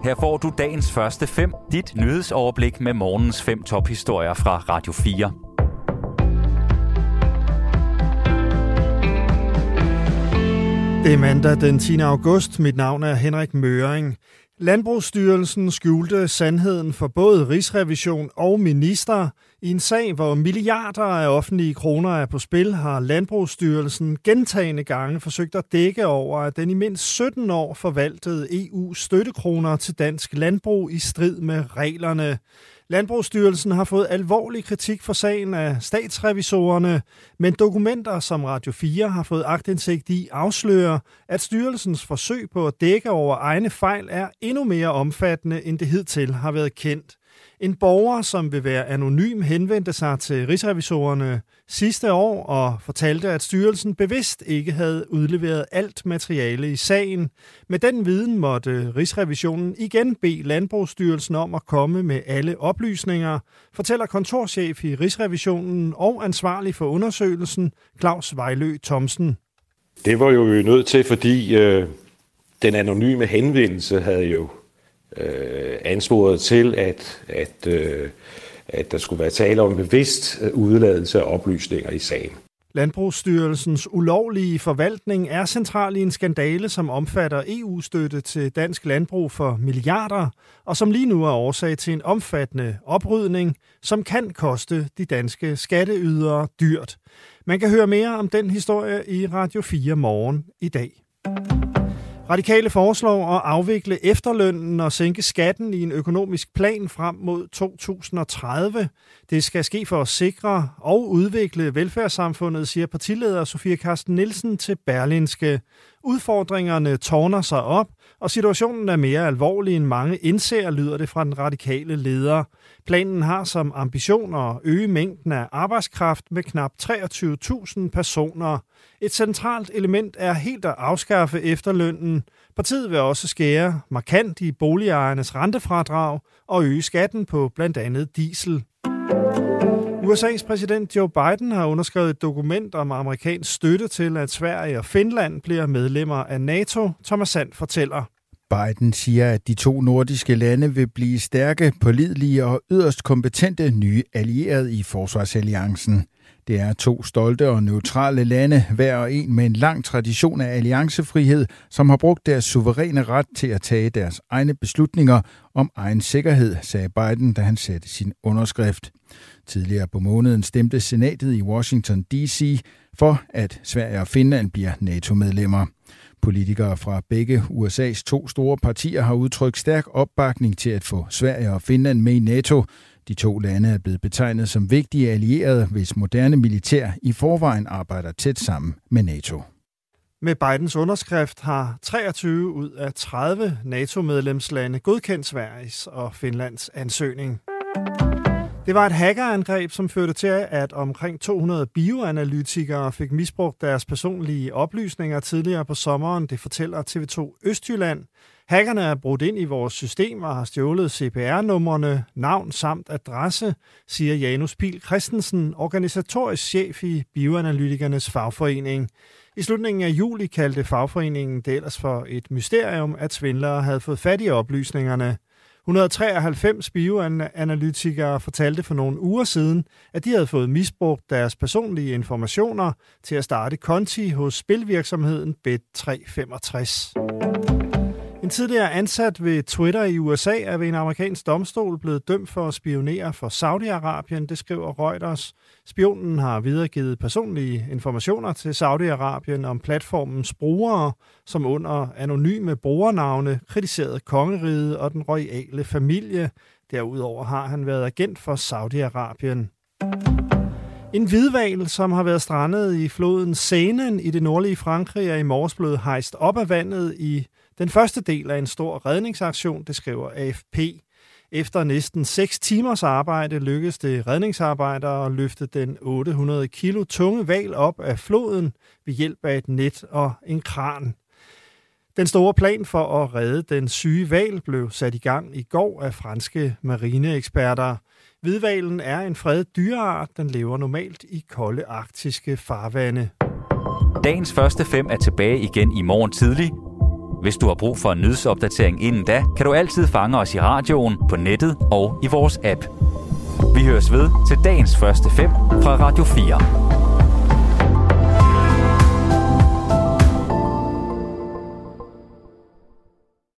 Her får du dagens første 5, dit nyhedsoverblik med morgens 5 tophistorier fra Radio 4. Det er mandag den 10. august. Mit navn er Henrik Møring. Landbrugsstyrelsen skjulte sandheden for både Rigsrevision og minister. I en sag, hvor milliarder af offentlige kroner er på spil, har Landbrugsstyrelsen gentagne gange forsøgt at dække over, at den i mindst 17 år forvaltede EU's støttekroner til dansk landbrug i strid med reglerne. Landbrugsstyrelsen har fået alvorlig kritik for sagen af statsrevisorerne, men dokumenter, som Radio 4 har fået aktindsigt i, afslører, at styrelsens forsøg på at dække over egne fejl er endnu mere omfattende, end det hidtil har været kendt. En borger, som vil være anonym, henvendte sig til rigsrevisorerne sidste år og fortalte, at styrelsen bevidst ikke havde udleveret alt materiale i sagen. Med den viden måtte Rigsrevisionen igen bede Landbrugsstyrelsen om at komme med alle oplysninger, fortæller kontorchef i Rigsrevisionen og ansvarlig for undersøgelsen, Claus Vejlø Thomsen. Det var jo nødt til, fordi den anonyme henvendelse havde jo ansporet til, at der skulle være tale om bevidst udladelse af oplysninger i sagen. Landbrugsstyrelsens ulovlige forvaltning er central i en skandale, som omfatter EU-støtte til dansk landbrug for milliarder, og som lige nu er årsag til en omfattende oprydning, som kan koste de danske skatteydere dyrt. Man kan høre mere om den historie i Radio 4 morgen i dag. Radikale foreslår at afvikle efterlønnen og sænke skatten i en økonomisk plan frem mod 2030. Det skal ske for at sikre og udvikle velfærdssamfundet, siger partileder Sofie Carsten Nielsen til Berlingske. Udfordringerne tårner sig op, og situationen er mere alvorlig end mange indser, lyder det fra den radikale leder. Planen har som ambition at øge mængden af arbejdskraft med knap 23.000 personer. Et centralt element er helt at afskaffe efterlønnen. Partiet vil også skære markant i boligejernes rentefradrag og øge skatten på blandt andet diesel. USA's præsident Joe Biden har underskrevet et dokument om amerikansk støtte til, at Sverige og Finland bliver medlemmer af NATO. Thomas Sand fortæller. Biden siger, at de to nordiske lande vil blive stærke, pålidelige og yderst kompetente nye allierede i forsvarsalliancen. Det er to stolte og neutrale lande, hver og en med en lang tradition af alliancefrihed, som har brugt deres suveræne ret til at tage deres egne beslutninger om egen sikkerhed, sagde Biden, da han satte sin underskrift. Tidligere på måneden stemte senatet i Washington D.C. for, at Sverige og Finland bliver NATO-medlemmer. Politikere fra begge USA's to store partier har udtrykt stærk opbakning til at få Sverige og Finland med i NATO. De to lande er blevet betegnet som vigtige allierede, hvis moderne militær i forvejen arbejder tæt sammen med NATO. Med Bidens underskrift har 23 ud af 30 NATO-medlemslande godkendt Sveriges og Finlands ansøgning. Det var et hackerangreb, som førte til, at omkring 200 bioanalytikere fik misbrugt deres personlige oplysninger tidligere på sommeren. Det fortæller TV2 Østjylland. Hackerne er brudt ind i vores system og har stjålet CPR-numrene, navn samt adresse, siger Janus Pihl Christensen, organisatorisk chef i Bioanalytikernes fagforening. I slutningen af juli kaldte fagforeningen det ellers for et mysterium, at svindlere havde fået fat i oplysningerne. 193 bioanalytikere fortalte for nogle uger siden, at de havde fået misbrugt deres personlige informationer til at starte konti hos spilvirksomheden Bet365. En tidligere ansat ved Twitter i USA er ved en amerikansk domstol blevet dømt for at spionere for Saudi-Arabien, det skriver Reuters. Spionen har videregivet personlige informationer til Saudi-Arabien om platformens brugere, som under anonyme brugernavne kritiserede kongeriget og den royale familie. Derudover har han været agent for Saudi-Arabien. En hvidhval, som har været strandet i floden Seinen i det nordlige Frankrig, er i morges blevet hejst op af vandet i den første del af en stor redningsaktion, det skriver AFP. Efter næsten 6 timers arbejde lykkedes det redningsarbejdere at løfte den 800 kilo tunge hval op af floden ved hjælp af et net og en kran. Den store plan for at redde den syge hval blev sat i gang i går af franske marineeksperter. Hvidhvalen er en fredet dyreart. Den lever normalt i kolde arktiske farvande. Dagens første 5 er tilbage igen i morgen tidlig. Hvis du har brug for en nyhedsopdatering inden da, kan du altid fange os i radioen, på nettet og i vores app. Vi høres ved til dagens første 5 fra Radio 4.